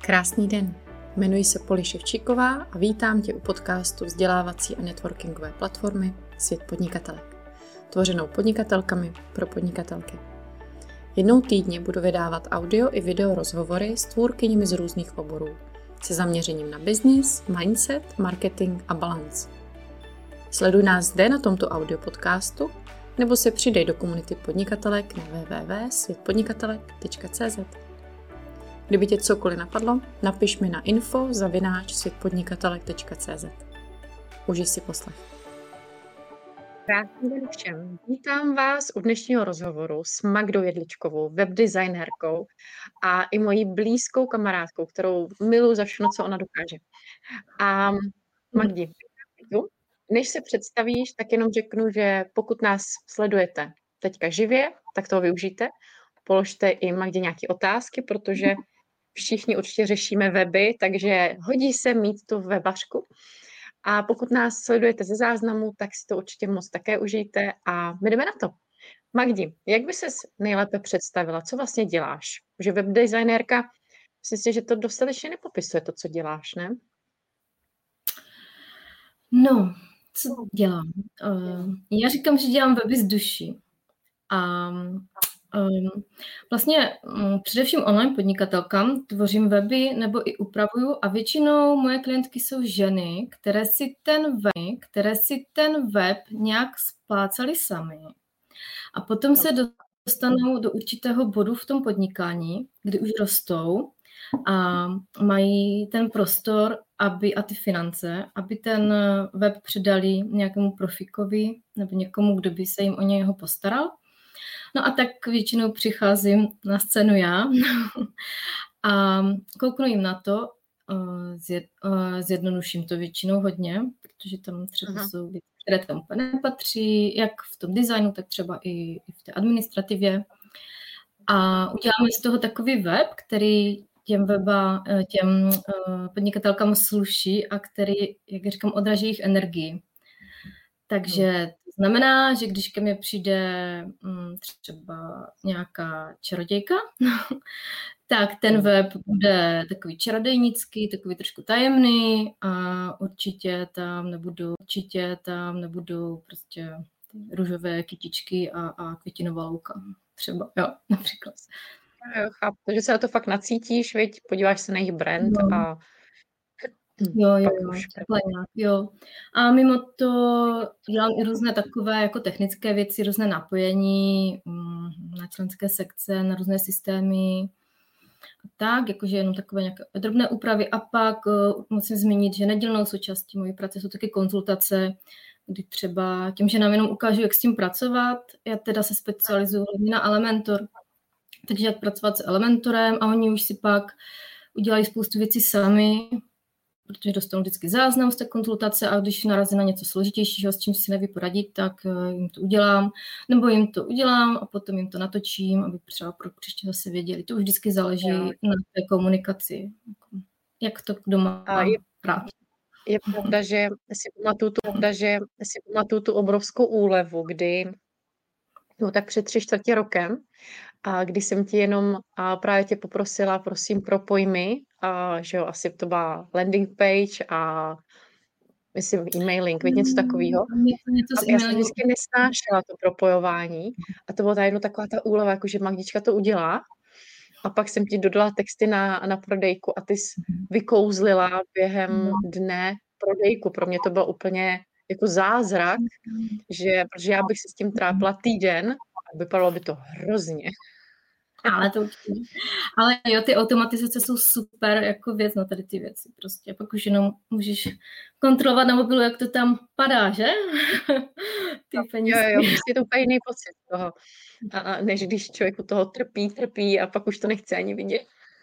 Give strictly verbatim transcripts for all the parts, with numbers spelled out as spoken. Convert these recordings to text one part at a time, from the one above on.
Krásný den, jmenuji se Poli Ševčíková a vítám tě u podcastu vzdělávací a networkingové platformy Svět podnikatelek, tvořenou podnikatelkami pro podnikatelky. Jednou týdně budu vydávat audio i video rozhovory s tvůrkyněmi z různých oborů, se zaměřením na business, mindset, marketing a balance. Sleduj nás zde na tomto audio podcastu nebo se přidej do komunity podnikatelek na w w w tečka svět podnikatelek tečka c z. Kdyby tě cokoliv napadlo, napiš mi na info zavináč svět podnikatelek tečka c z. Užij si poslech. Krásný den všem. Vítám vás u dnešního rozhovoru s Magdou Jedličkovou, webdesignérkou a i mojí blízkou kamarádkou, kterou miluji za všechno, co ona dokáže. A Magdi, než se představíš, tak jenom řeknu, že pokud nás sledujete teďka živě, tak toho využijte. Položte i Magdě nějaké otázky, protože všichni určitě řešíme weby, takže hodí se mít tu webařku. A pokud nás sledujete ze záznamu, tak si to určitě moc také užijte a my jdeme na to. Magdi, jak by ses nejlépe představila? Co vlastně děláš? Že webdesignérka, myslím si, že to dostatečně nepopisuje to, co děláš, ne? No, co dělám? Uh, já říkám, že dělám weby z duší. A um, vlastně um, především online podnikatelkám tvořím weby nebo i upravuju a většinou moje klientky jsou ženy, které si ten web, které si ten web nějak splácaly sami. A potom se dostanou do určitého bodu v tom podnikání, kdy už rostou a mají ten prostor, aby a ty finance, aby ten web předali nějakému profíkovi nebo někomu, kdo by se jim o něho postaral. No a tak většinou přicházím na scénu já a kouknu jim na to, zjednoduším to většinou hodně, protože tam třeba Aha. jsou věci, které tam úplně nepatří, jak v tom designu, tak třeba i, i v té administrativě. A uděláme z toho takový web, který těm weba, těm podnikatelkám sluší a který, jak říkám, odraží jejich energii. Takže to znamená, že když ke mně přijde třeba nějaká čarodějka, tak ten web bude takový čarodejnický, takový trošku tajemný a určitě tam nebudou, určitě tam nebudou prostě růžové kytičky a, a květinová louka. Třeba, jo, například. Jo, chápu, takže se na to fakt nacítíš, viď? Podíváš se na jejich brand no. a Jo, jo, jo, takhle nějak, jo. A mimo to dělám i různé takové jako technické věci, různé napojení na členské sekce, na různé systémy. A tak, jakože jenom takové nějaké drobné úpravy. A pak uh, musím zmínit, že nedílnou součástí mojí práce jsou taky konzultace, kdy třeba těm, že nám jenom ukážu, jak s tím pracovat. Já teda se specializuju na Elementor, takže jak pracovat s Elementorem a oni už si pak udělají spoustu věcí sami, protože dostanou vždycky záznam z té konzultace a když narazí na něco složitějšího, s čím si neví poradit, tak jim to udělám, nebo jim to udělám a potom jim to natočím, aby třeba pro příště zase věděli. To už vždycky záleží jo. na té komunikaci, jak to kdo má rád. Je pravda, že si pamatuju tu, pravda, že si pamatuju tu obrovskou úlevu, kdy no tak před tři čtvrtě rokem, a když jsem ti jenom a právě tě poprosila, prosím, propoj mi, a, že jo, asi to byla landing page a myslím e-mailing, víš, něco takového. A já jsem vždycky nesnášela to propojování a to byla ta jedno taková ta úleva, jako že Magdička to udělá a pak jsem ti dodala texty na, na prodejku a ty jsi vykouzlila během dne prodejku. Pro mě to bylo úplně jako zázrak, že, protože já bych se s tím trápila týden a vypadalo by to hrozně. Ale to určitě. Ale jo, ty automatizace jsou super jako věc na tady ty věci. Prostě pak už jenom můžeš kontrolovat na mobilu, jak to tam padá, že? Ty peníze. Jo, jo, prostě je to úplně jiný pocit toho. A, a než když člověk u toho trpí, trpí a pak už to nechce ani vidět.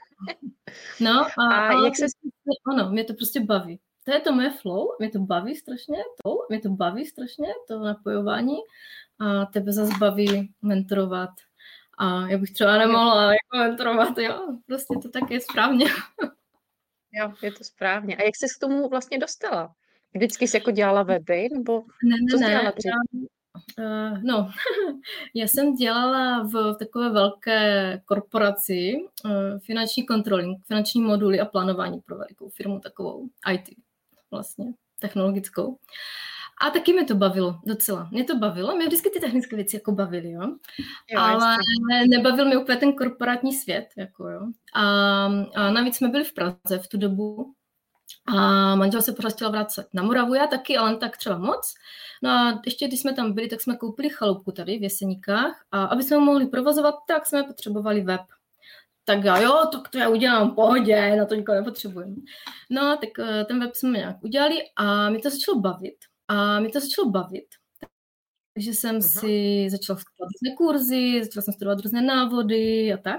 No a, a jak se... Ono, mě to prostě baví. To je to moje flow, mě to baví strašně, to, mě to baví strašně, to napojování a tebe zase baví mentorovat. A já bych třeba nemohla jako mentorovat, jo, prostě to tak je správně. Jo, je to správně. A jak jsi k tomu vlastně dostala? Vždycky jsi jako dělala weby, nebo ne, ne, co jsi ne, dělala já, Uh, no, já jsem dělala v takové velké korporaci uh, finanční controlling, finanční moduly a plánování pro velikou firmu, takovou í té vlastně, technologickou. A taky mě to bavilo docela. Mě to bavilo, mě vždycky ty technické věci jako bavily, jo. jo ale jistě. Nebavil mě úplně ten korporátní svět, jako jo. A, a navíc jsme byli v Praze v tu dobu a manžel se pořád chtěl vracet na Moravu, já taky, ale tak třeba moc. No a ještě když jsme tam byli, tak jsme koupili chalupku tady v Jeseníkách a aby jsme ho mohli provozovat, tak jsme potřebovali web. Tak já, jo, tak to já udělám v pohodě, na to nikoho nepotřebujeme. No, tak ten web jsme nějak udělali a mi to začalo bavit. A mi to začalo bavit. Takže jsem uh-huh. si začala studovat různé kurzy, začala jsem studovat různé návody a tak.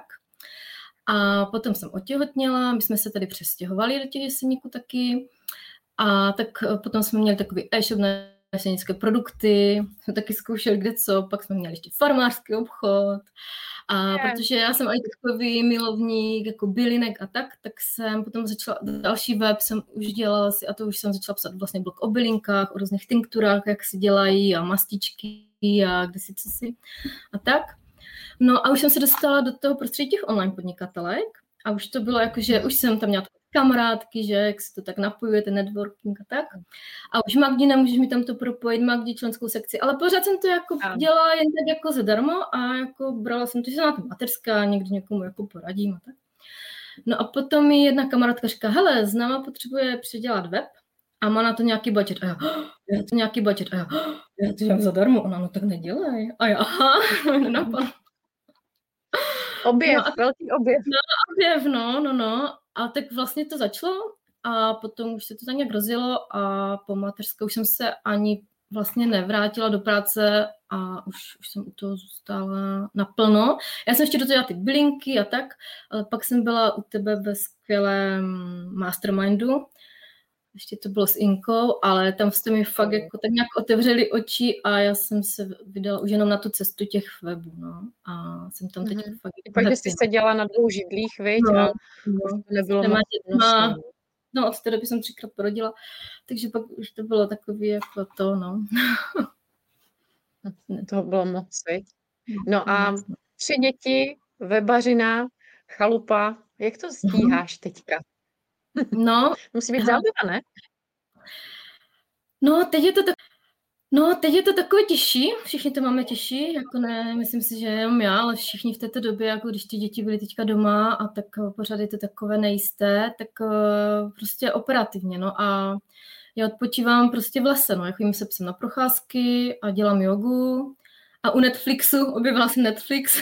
A potom jsem otěhotněla, my jsme se tady přestěhovali do těch Jeseníků taky. A tak potom jsme měli takový e-shop na jesenické produkty, jsme taky zkoušeli kde co, pak jsme měli ještě farmářský obchod. A yeah. protože já jsem i takový milovník jako bylinek a tak, tak jsem potom začala, další web jsem už dělala si, a to už jsem začala psát vlastně blog o bylinkách, o různých tinkturách, jak si dělají a mastičky a kde si co si a tak. No a už jsem se dostala do toho prostředí těch online podnikatelek a už to bylo jako, že už jsem tam měla kamarádky, že jak se to tak napojuje, ten networking a tak. A už Magdi, nemůžeš mi tam to propojit, Magdi členskou sekci, ale pořád jsem to jako a. dělala jen tak jako zadarmo a jako brala jsem to, že jsem na to mateřská, někdy někomu jako poradím a tak. No a potom mi jedna kamarádka říká, hele, s náma potřebuje předělat web a má na to nějaký budget. A já, já to nějaký budget. A já, já to dělám zadarmo. Ona, no tak nedělej. A já, aha, nenapadlo. Objev, no a, velký objev. No, objev, no, no, no. A tak vlastně to začalo a potom už se to tak nějak rozjelo a po mateřské už jsem se ani vlastně nevrátila do práce a už, už jsem u toho zůstala naplno. Já jsem ještě do toho dělala ty bylinky a tak, ale pak jsem byla u tebe ve skvělém mastermindu. Ještě to bylo s Inkou, ale tam jste mi fakt jako tak nějak otevřeli oči a já jsem se vydala už jenom na tu cestu těch webů, no. A jsem tam teď mm-hmm. fakt... Pak, když jsi se dělala na dvou židlích, viď? No, a no. už to nebylo Nemá moc. No, od té doby jsem třikrát porodila, takže pak už to bylo takový jako to, no. To bylo moc, viď? No a tři děti, webařina, chalupa, jak to stíháš teďka? No. Musí být zábava, ne? No, teď je to tak... No, teď je to takové těžší, všichni to máme těžší, jako ne, myslím si, že jenom já, ale všichni v této době, jako když ty děti byly teďka doma a tak pořád je to takové nejisté, tak uh, prostě operativně, no a já odpočívám prostě v lese, no, jako jim se psem na procházky a dělám jogu a u Netflixu, objevila jsem Netflix.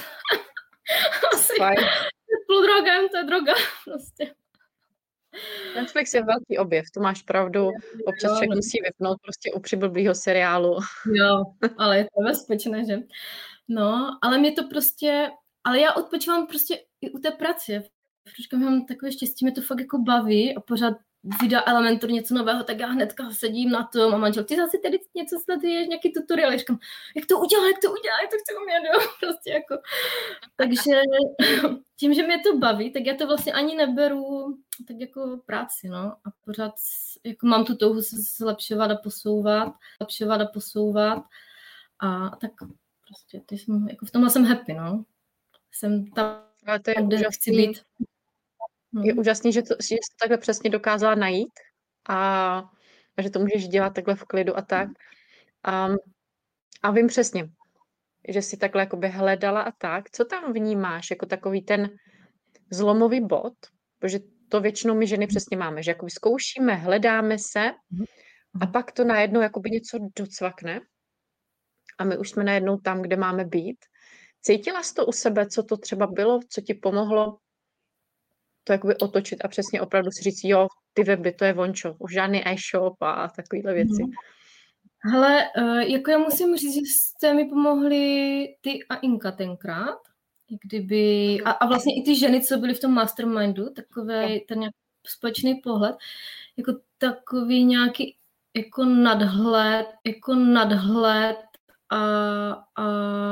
Asi půl drogem, to je droga, prostě. Netflix je velký objev, to máš pravdu, občas člověk no. musí vypnout prostě u přiblblýho seriálu. Jo, ale je to bezpečné, že? No, ale mě to prostě, ale já odpočívám prostě i u té práce. Trošku mám takové štěstí, mě to fakt jako baví a pořád vydá Elementor něco nového, tak já hnedka sedím na tom a manžel, ty zase tady něco sleduješ, nějaký tutoriál, říkám, jak to udělá, jak to udělá, jak to chci umět, jo, prostě jako. Takže tím, že mě to baví, tak já to vlastně ani neberu tak jako práci, no, a pořád jako mám tu touhu se zlepšovat a posouvat, zlepšovat a posouvat a tak prostě, ty jsem, jako v tomhle jsem happy, no. Jsem tam, ale to je kde úžasný, chci být. Je úžasný, že to, že jsi to takhle přesně dokázala najít a, a že to můžeš dělat takhle v klidu a tak. A, a vím přesně, že jsi takhle jakoby hledala a tak. Co tam vnímáš jako takový ten zlomový bod? Protože to většinou my ženy přesně máme, že jakoby zkoušíme, hledáme se a pak to najednou jakoby něco docvakne a my už jsme najednou tam, kde máme být. Cítila jsi to u sebe, co to třeba bylo, co ti pomohlo to jakoby otočit a přesně opravdu si říct, jo, ty weby, to je vončo, už žádný e-shop a takovýhle věci. Hele, jako já musím říct, že jste mi pomohli ty a Inka tenkrát, kdyby, a, a vlastně i ty ženy, co byly v tom mastermindu, takový ten nějaký společný pohled, jako takový nějaký jako nadhled, jako nadhled a, a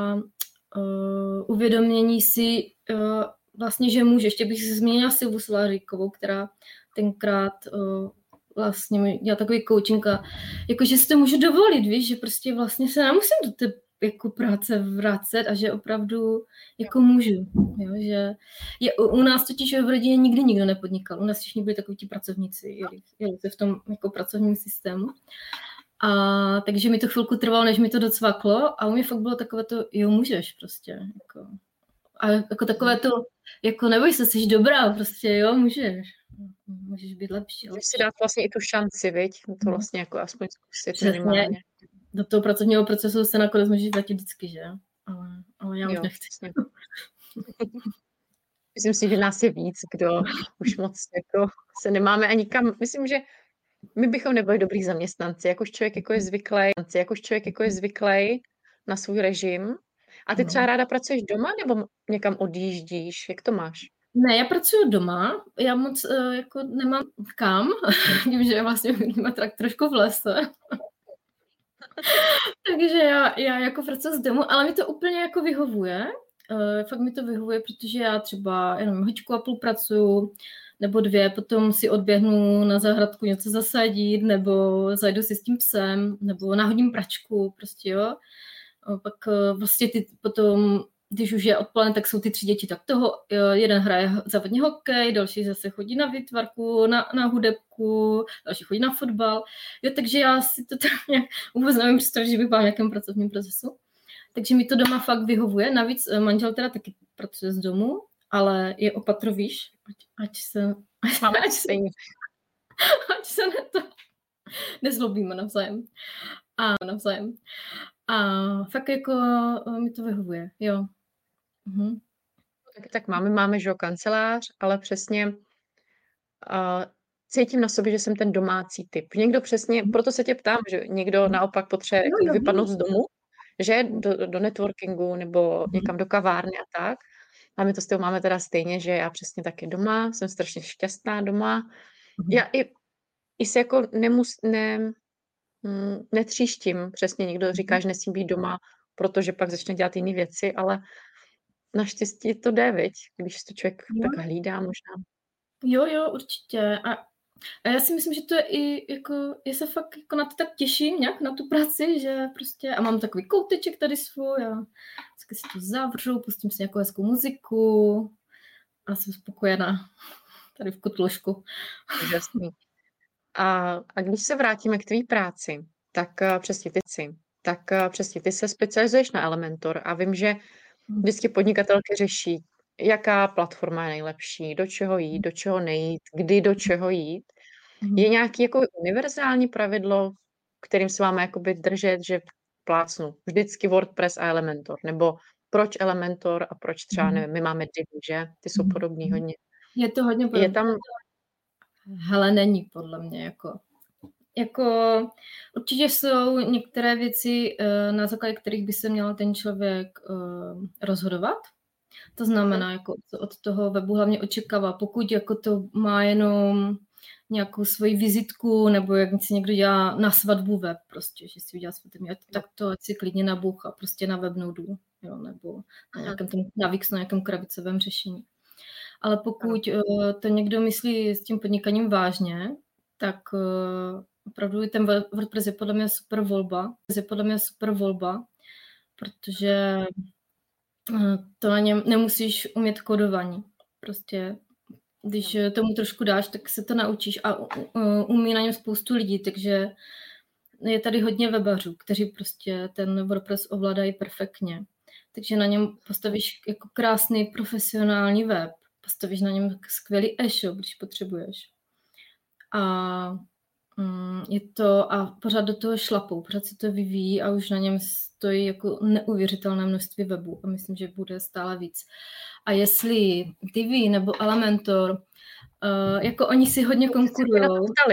uh, uvědomění si uh, vlastně, že může. Ještě bych se zmínila Silvu Solaříkovou, která tenkrát uh, vlastně mi dělat takový coaching a jako, že si to můžu dovolit, víš, že prostě vlastně se nemusím do té jako práce vracet a že opravdu jako můžu, jo, že je, u nás totiž v rodině nikdy nikdo nepodnikal, u nás všichni byli takoví ti pracovníci, jeli, jeli v tom jako pracovním systému. A takže mi to chvilku trvalo, než mi to docvaklo a u mě fakt bylo takové to, jo, můžeš prostě, jako. A jako takové to, jako neboj se, jsi dobrá, prostě, jo, můžeš. Můžeš být lepší. Můžeš si dát vlastně i tu šanci, viď? To vlastně jako aspoň zkusit minimálně. Do toho pracovního procesu se nakonec můžeš vrátit vždycky, že? Ale, ale já už jo, nechci. Myslím si, že nás je víc, kdo už moc jako se nemáme ani kam. Myslím, že my bychom nebyli dobrý zaměstnanci, jakož člověk jako je zvyklý, jakož člověk jako je zvyklý na svůj režim. A ty třeba ráda pracuješ doma nebo někam odjíždíš? Jak to máš? Ne, já pracuji doma, já moc uh, jako nemám kam, tím, že vlastně máme tak trošku v lese. Takže já, já jako pracuji z domu, ale mi to úplně jako vyhovuje. Uh, fakt mi to vyhovuje, protože já třeba jenom hoďku a půl pracuju, nebo dvě, potom si odběhnu na zahradku něco zasadit, nebo zajdu si s tím psem, nebo nahodím pračku, prostě jo. A pak uh, vlastně ty potom, když už je odpoledne, tak jsou ty tři děti, tak toho jeden hraje závodně hokej, další zase chodí na výtvarku, na, na hudebku, další chodí na fotbal. Jo, takže já si to tak nějak vůbec nevím představit, že bych byla v nějakém pracovním procesu. Takže mi to doma fakt vyhovuje. Navíc manžel teda taky pracuje z domu, ale je opatrovíš, ať, ať se... Máme ať se, ať se ne to nezlobíme navzájem. A navzájem. A fakt jako mi to vyhovuje, jo. Mhm. Tak, tak máme, máme, že kancelář, ale přesně uh, cítím na sobě, že jsem ten domácí typ. Někdo přesně, proto se tě ptám, že někdo naopak potřebuje no, jako vypadnout z domu, že do, do networkingu nebo někam do kavárny a tak. A my to s tím máme teda stejně, že já přesně taky doma, jsem strašně šťastná doma. Mhm. Já i, i se jako nemus, ne, netříštím. Přesně někdo říká, že nesmí být doma, protože pak začne dělat jiné věci, ale naštěstí to jde, viď? Když to člověk jo. tak hlídá možná. Jo, jo, určitě. A, a já si myslím, že to je i jako, já se fakt jako na to tak těším nějak, na tu práci, že prostě, a mám takový kouteček tady svůj a vždycky si to zavřu, pustím si nějakou hezkou muziku a jsem spokojená tady v kotlošku. Jasný. A, a když se vrátíme k tvý práci, tak uh, přesně ty si, tak uh, přesně ty se specializuješ na Elementor a vím, že vždycky podnikatelky řeší, jaká platforma je nejlepší, do čeho jít, do čeho nejít, kdy do čeho jít. Je nějaký jako univerzální pravidlo, kterým se máme jakoby držet, že plácnu vždycky WordPress a Elementor, nebo proč Elementor a proč třeba, nevím, my máme Divi, že? Ty jsou podobný hodně. Je to hodně podobný. Je tam... Hele, není podle mě, jako... Jako určitě jsou některé věci, na základě kterých by se měl ten člověk rozhodovat. To znamená, jako od toho webu hlavně očekává, pokud jako to má jenom nějakou svoji vizitku, nebo jak si někdo dělá na svatbu web, prostě, že si udělá svatbu, tak to ať si klidně nabouchá prostě na webnodu, jo, nebo na nějakém tom navíc na nějakém kravicovém řešení. Ale pokud to někdo myslí s tím podnikáním vážně, tak opravdu ten WordPress je podle mě super volba. Je podle mě super volba, protože to na něm nemusíš umět kódování. Prostě když tomu trošku dáš, tak se to naučíš a umí na něm spoustu lidí, takže je tady hodně webařů, kteří prostě ten WordPress ovládají perfektně. Takže na něm postavíš jako krásný profesionální web, postavíš na něm skvělý e-shop, když potřebuješ. A je to, a pořád do toho šlapou, pořád se to vyvíjí a už na něm stojí jako neuvěřitelné množství webů a myslím, že bude stále víc. A jestli Divi nebo Elementor, uh, jako oni si hodně konkurují.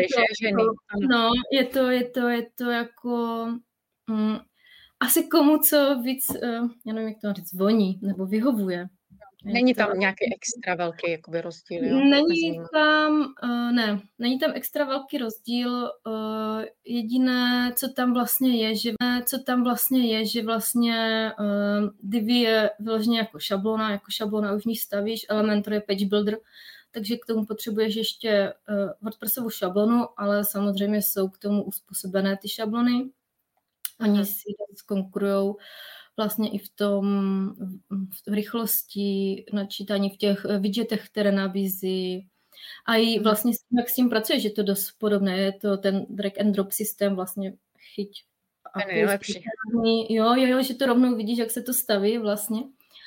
No, je to, je to, je to jako um, asi komu co víc, uh, já nevím, jak to říct, voní nebo vyhovuje. Není tam nějaký extra velký jakoby rozdíl, jo? Není tam, uh, ne, není tam extra velký rozdíl. Uh, jediné, co tam vlastně je, že, co tam vlastně je, že vlastně uh, Divi je vyloženě jako šablona, jako šablona už v ní stavíš, Elementor je page builder, takže k tomu potřebuješ ještě uh, WordPressovou šablonu, ale samozřejmě jsou k tomu uspůsobené ty šablony. Oni si konkurujou vlastně i v tom v rychlosti načítání v těch widgetech, které nabízí. A i vlastně s tím, jak s tím pracuje, že to dost podobné. Je to ten drag and drop systém, vlastně chyť a ten je lepší. Jo, jo, jo, že to rovnou vidíš, jak se to staví vlastně.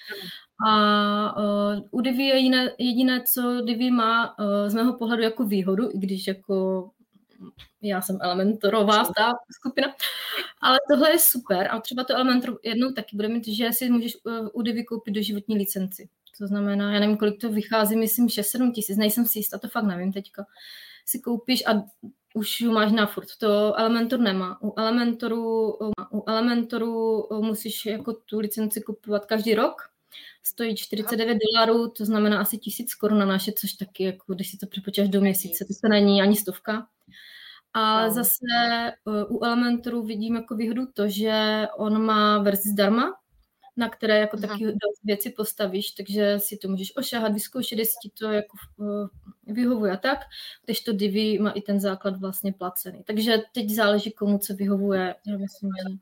A uh, u Divi je jiné, jediné, co Divi má uh, z mého pohledu jako výhodu, i když jako já jsem Elementorová ta skupina, ale tohle je super a třeba to Elementor jednou taky bude mít, že si můžeš u Divi koupit doživotní licenci. To znamená, já nevím, kolik to vychází, myslím šest sedm tisíc, nejsem si jistá, to fakt nevím teďka. Si koupíš a už ju máš na furt. To Elementor nemá. U Elementoru, u Elementoru musíš jako tu licenci kupovat každý rok. Stojí čtyřicet devět dolarů, to znamená asi tisíc korun na naše, což taky, jako když si to přepočítáš do měsíce, to se není ani stovka. A no. Zase uh, u Elementoru vidím jako výhodu to, že on má verzi zdarma, na které jako Aha. taky věci postavíš, takže si to můžeš ošahat, vyzkoušet, jestli ti to jako uh, vyhovuje a tak, když to Divi má i ten základ vlastně placený. Takže teď záleží, komu co vyhovuje. Já myslím, že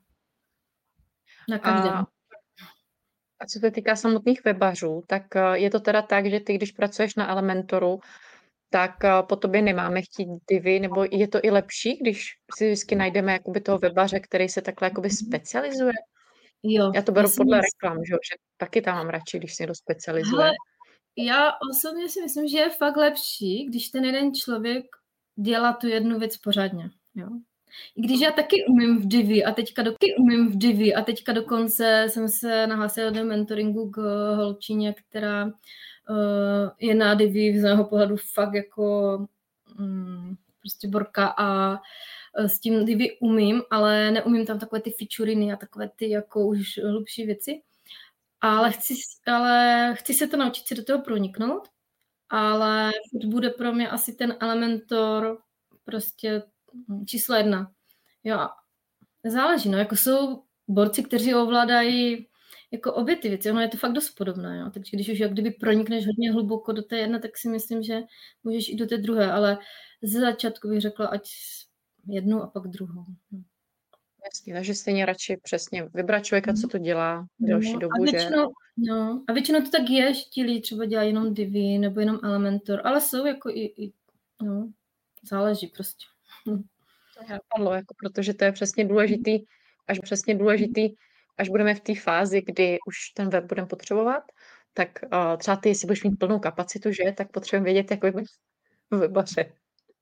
na každém. A... A co se týká samotných webařů, tak je to teda tak, že ty, když pracuješ na Elementoru, tak po tobě nemáme chtít Divi, nebo je to i lepší, když si vždycky najdeme jakoby toho webaře, který se takhle jakoby specializuje? Jo. Já to beru podle myslím... reklam, že, že taky tam mám radši, když se někdo specializuje. Hele, já osobně si myslím, že je fakt lepší, když ten jeden člověk dělá tu jednu věc pořádně. Jo? I když já taky umím v Divi a teďka, do, umím v Divi a teďka dokonce jsem se nahlásila do mentoringu k holčině, která uh, je na Divi z mého pohledu fakt jako um, prostě borka a uh, s tím Divi umím, ale neumím tam takové ty featuriny a takové ty jako už hlubší věci. Ale chci, ale chci se to naučit si do toho proniknout, ale bude pro mě asi ten Elementor prostě číslo jedna. Jo, záleží, no, jako jsou borci, kteří ovládají jako obě ty věci, ono je to fakt dost podobné, jo, takže když už jak kdyby pronikneš hodně hluboko do té jedné, tak si myslím, že můžeš i do té druhé, ale ze začátku bych řekla, ať jednu a pak druhou. Jasně, takže stejně radši přesně vybrat člověka, co to dělá delší no, dobu, a většinou, že? No, a většinou to tak je, že ti lidi třeba dělají jenom Divi nebo jenom Elementor, ale jsou jako i, i no, záleží prostě. To napadlo, jako, protože to je přesně důležitý, až přesně důležitý, až budeme v té fázi, kdy už ten web budeme potřebovat, tak uh, třeba ty, jestli budeš mít plnou kapacitu, že, tak potřebujeme vědět, jak vybrat webaře.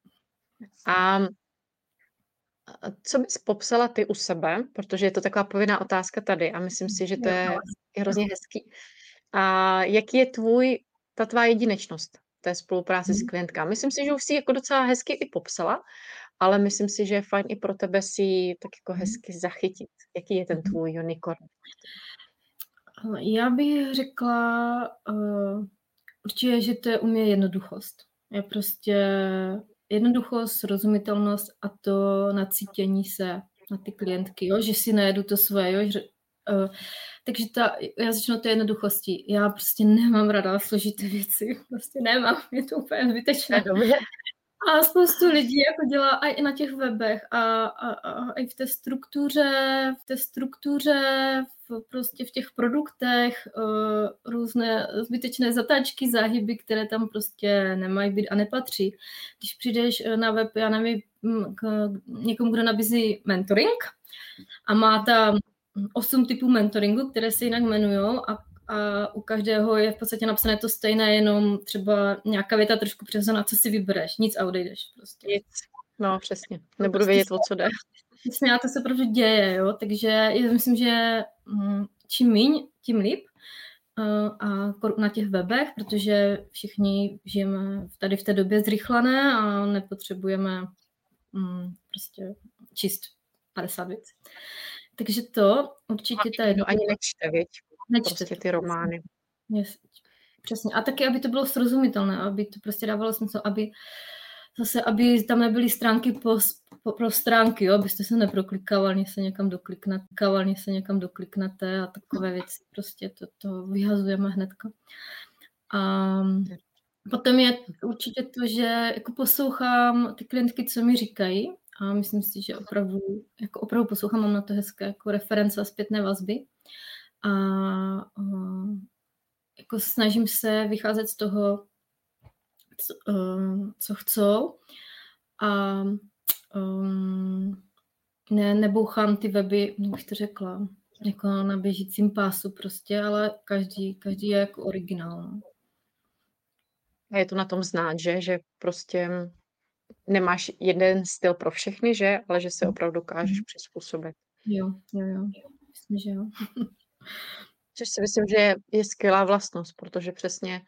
A co bys popsala ty u sebe, protože je to taková povinná otázka tady a myslím si, že to je hrozně hezký. A jaký je tvůj, ta tvá jedinečnost té spolupráci s klientkami? Myslím si, že už si jako docela hezky i popsala, ale myslím si, že je fajn i pro tebe si tak jako hezky zachytit. Jaký je ten tvůj unicorn? Já bych řekla uh, určitě, že to je u mě jednoduchost. Je prostě jednoduchost, srozumitelnost a to nacítění se na ty klientky, jo? Že si najedu to svoje. Jo? Že, uh, takže ta, já začnu to jednoduchostí. Já prostě nemám ráda složité věci. Prostě nemám. Je to úplně zbytečné. A spoustu lidí jako dělá i na těch webech a, a, a i v té struktuře, v té struktuře, v, prostě v těch produktech, uh, různé zbytečné zatáčky, záhyby, které tam prostě nemají být a nepatří. Když přijdeš na web, já nevím, k někomu, kdo nabízí mentoring a má tam osm typů mentoringu, které se jinak jmenují a a u každého je v podstatě napsané to stejné, jenom třeba nějaká věta trošku přesuná, co si vybereš, nic a odejdeš prostě. Nic, no přesně, nebudu prostě vědět, o co jde. Přesně, a to se opravdu děje, jo, takže já myslím, že čím míň, tím líp a na těch webech, protože všichni žijeme tady v té době zrychlené a nepotřebujeme prostě číst padesát věcí. Takže to určitě to je... No ani nečte, věď? Nečte prostě ty romány. Yes. Přesně. A taky, aby to bylo srozumitelné, aby to prostě dávalo smysl, aby zase, aby tam nebyly stránky po, po, pro stránky, jo, abyste se neproklikávali, se někam dokliknete, kávali se někam dokliknete a takové věci. Prostě to, to vyhazujeme hnedka. A potom je určitě to, že jako poslouchám ty klientky, co mi říkají, a myslím si, že opravdu, jako opravdu poslouchám, mám na to hezké jako reference a zpětné vazby. A, a jako snažím se vycházet z toho, co, uh, co chcou a um, ne, nebouchám ty weby, jak bych to řekla, jako na běžícím pásu prostě, ale každý, každý je jako originál. No. A je to na tom znát, že, že prostě nemáš jeden styl pro všechny, že, ale že se opravdu dokážeš přizpůsobit. Jo, jo, jo. Myslím, že jo. Což si myslím, že je skvělá vlastnost, protože přesně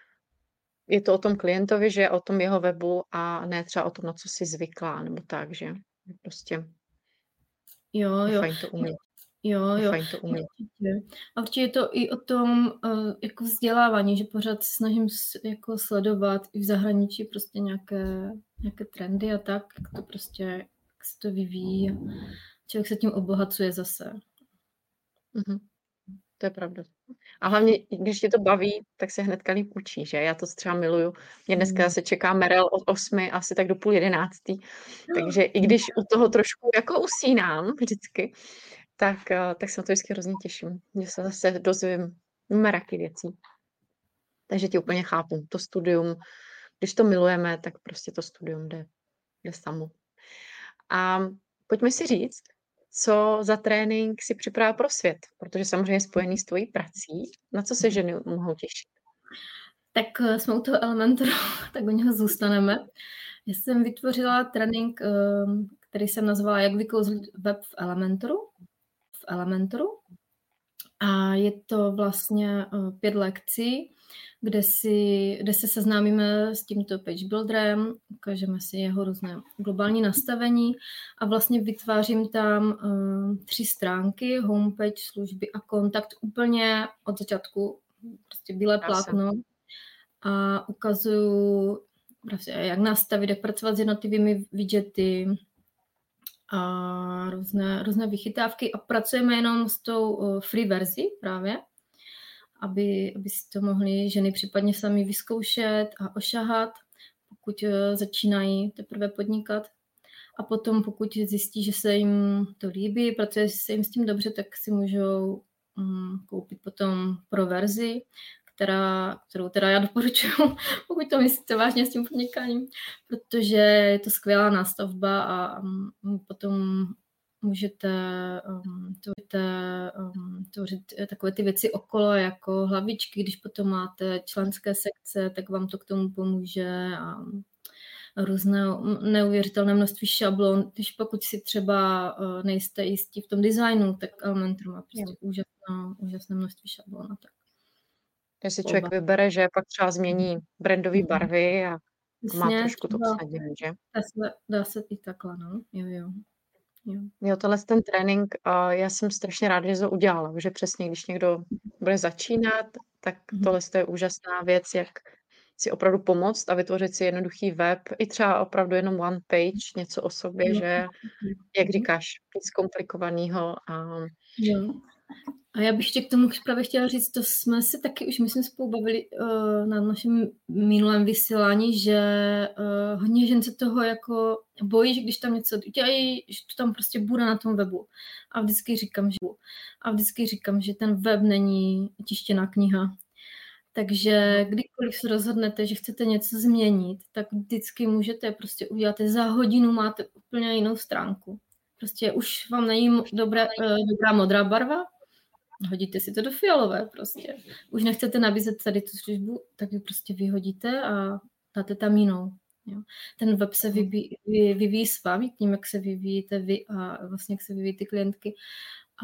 je to o tom klientovi, že o tom jeho webu a ne třeba o tom, na co jsi zvyklá, nebo tak, že prostě jo, je jo. fajn to umět. Jo, je jo. fajn to umět. Určitě. A určitě je to i o tom uh, jako vzdělávání, že pořád snažím s, jako sledovat i v zahraničí prostě nějaké, nějaké trendy a tak, jak to prostě, jak se to vyvíjí a člověk se tím obohacuje zase. Mhm. To je pravda. A hlavně, když tě to baví, tak se hnedka líp učí, že? Já to třeba miluju. Mě dneska se čeká Merel od osmi, asi tak do půl jedenáctý. Takže i když u toho trošku jako usínám vždycky, tak, tak se na to vždycky hrozně těším. Že se zase dozvím mraky věcí. Takže ti úplně chápu. To studium, když to milujeme, tak prostě to studium jde, jde samo. A pojďme si říct, co za trénink si připravila pro svět, protože samozřejmě je spojený s tvojí prací. Na co se ženy mohou těšit? Tak jsme u toho Elementoru, tak u něho zůstaneme. Já jsem vytvořila trénink, který jsem nazvala Jak vykouzlit web v Elementoru. V Elementoru. A je to vlastně pět lekcí, kde, si, kde se seznámíme s tímto page builderem, ukážeme si jeho různé globální nastavení a vlastně vytvářím tam uh, tři stránky, homepage, služby a kontakt úplně od začátku, prostě bílé plátno a ukazuju, prostě, jak nastavit, jak pracovat s jednotlivými widgety a různé, různé vychytávky a pracujeme jenom s tou uh, free verzi právě, aby, aby si to mohly ženy případně sami vyzkoušet a ošahat, pokud uh, začínají teprve podnikat. A potom, pokud zjistí, že se jim to líbí, pracuje se jim s tím dobře, tak si můžou um, koupit potom pro verzi, která, kterou teda já doporučuji, pokud to myslíte vážně s tím podnikáním, protože je to skvělá nástavba a um, potom můžete um, tvořit, um, tvořit takové ty věci okolo, jako hlavičky, když potom máte členské sekce, tak vám to k tomu pomůže a různé neuvěřitelné množství šablon. Když pokud si třeba uh, nejste jistí v tom designu, tak Elementor má prostě úžasné, úžasné množství šablon. Tak. Když si člověk vybere, že pak třeba změní brandové barvy a má trošku to obsadění, že? Dá se, dá se i takhle, no. Jo, jo. Jo, jo tohle ten trénink, a já jsem strašně ráda, že to udělala, že přesně, když někdo bude začínat, tak tohle je úžasná věc, jak si opravdu pomoct a vytvořit si jednoduchý web, i třeba opravdu jenom one page, něco o sobě, že, jak říkáš, nic komplikovaného. A... Jo. A já bych ještě k tomu právě chtěla říct, to jsme si taky už, myslím, spolu bavili uh, na našem minulém vysílání, že uh, hodně žen se toho jako bojí, že když tam něco udělají, že to tam prostě bude na tom webu. A vždycky říkám, že, a vždycky říkám, že ten web není tištěná kniha. Takže kdykoliv se rozhodnete, že chcete něco změnit, tak vždycky můžete prostě udělat. Za hodinu máte úplně jinou stránku. Prostě už vám není dobrá, uh, dobrá modrá barva, hodíte si to do fialové prostě. Už nechcete nabízet tady tu službu, tak ji prostě vyhodíte a dáte tam jinou. Jo. Ten web se vyvíjí, vyvíjí s vámi, tím, jak se vyvíjíte vy a vlastně jak se vyvíjí ty klientky a,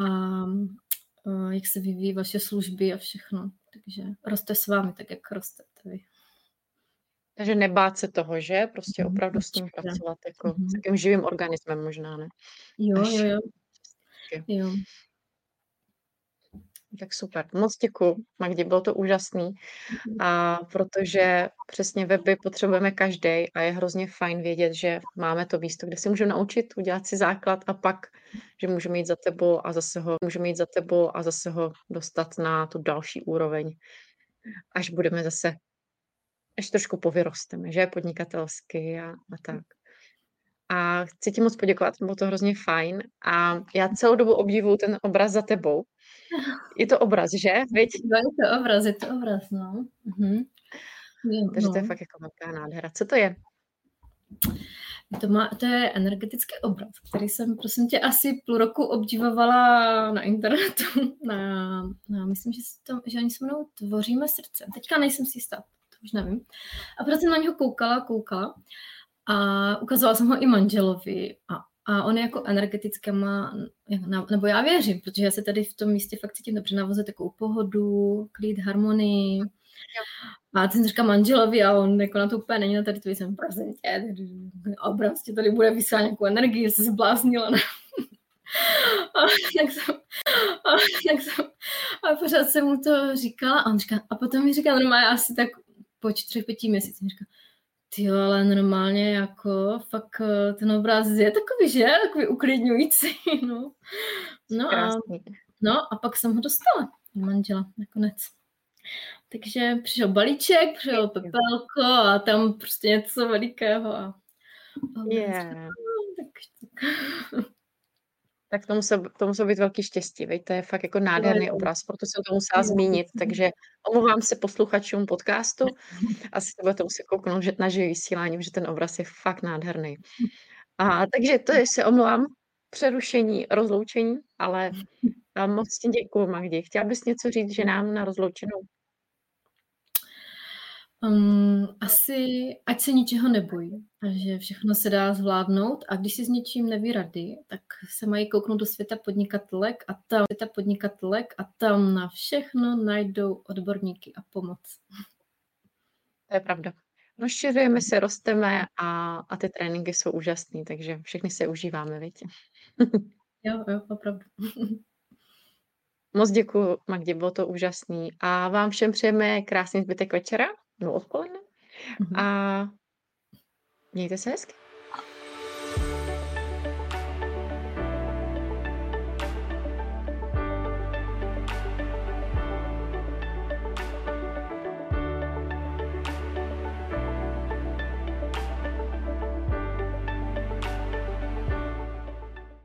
a jak se vyvíjí vaše služby a všechno. Takže roste s vámi, tak jak rostete vy. Takže nebát se toho, že? Prostě opravdu s tím pracovat jako mm-hmm. s takým živým organismem možná, ne? Jo, Až... jo, jo. jo. Tak super. Moc děkuju, Magdi, bylo to úžasný. Mhm. A protože přesně weby potřebujeme každý a je hrozně fajn vědět, že máme to místo, kde si můžeme naučit, udělat si základ a pak, že můžeme jít za tebou a zase ho, můžeme jít za tebou a zase ho dostat na tu další úroveň, až budeme zase, až trošku povyrosteme, že, podnikatelsky a, a tak. A chci ti moc poděkovat, bylo to hrozně fajn a já celou dobu obdivuju ten obraz za tebou. Je to obraz, že? Viď? Jo, je to obraz, je to obraz, no. Mhm. Jo, Takže to je no. fakt jako velká nádhera. Co to je? To, má, to je energetický obraz, který jsem, prosím tě, asi půl roku obdivovala na internetu. Na, na, myslím, že, to, že oni se mnou tvoříme srdce. Teďka nejsem si jistá, to už nevím. A proto jsem na něho koukala, koukala a ukazovala jsem ho i manželovi. A, a on je jako energetické má, nebo já věřím, protože já se tady v tom místě fakt cítím dobře, navozuje takovou pohodu, klid, harmonii. A jsem říkal manželovi a on jako na to úplně není, na tady to jsem prosím tě, obraz tě tady bude vysát nějakou energii, jsi se zbláznila. Ne? A tak jsem, a, tak jsem, a pořád jsem mu to říkala a on říká, a potom mi říká normálně asi tak po čtyřech, pěti měsících, říká, ty ale normálně jako fakt ten obraz je takový, že? Takový uklidňující, no. No a, no a pak jsem ho dostala, manžela, nakonec. Takže přišel balíček, přišel pepelko a tam prostě něco velikého. A, a yeah. tak, tak. tak to muselo, to muselo být velký štěstí, veď? To je fakt jako nádherný obraz, proto jsem to musela zmínit, takže omlouvám se posluchačům podcastu, asi se budete muset kouknout že na živý vysílání, že ten obraz je fakt nádherný. A takže to je, se omlouvám, přerušení, rozloučení, ale moc ti děkuju, Magdi. Chtěla bys něco říct, že nám na rozloučenou? Um, asi, ať se ničeho nebojí a že všechno se dá zvládnout a když si s něčím neví rady, tak se mají kouknout do světa podnikatelek a tam, světa podnikatelek a tam na všechno najdou odborníky a pomoc. To je pravda. Rozšiřujeme se, rosteme a, a ty tréninky jsou úžasný, takže všechny se užíváme, víte. Jo, jo, opravdu. Moc děkuju, Magdi, bylo to úžasný. A vám všem přejeme krásný zbytek večera, no odpoledne. Mm-hmm. A mějte se hezky.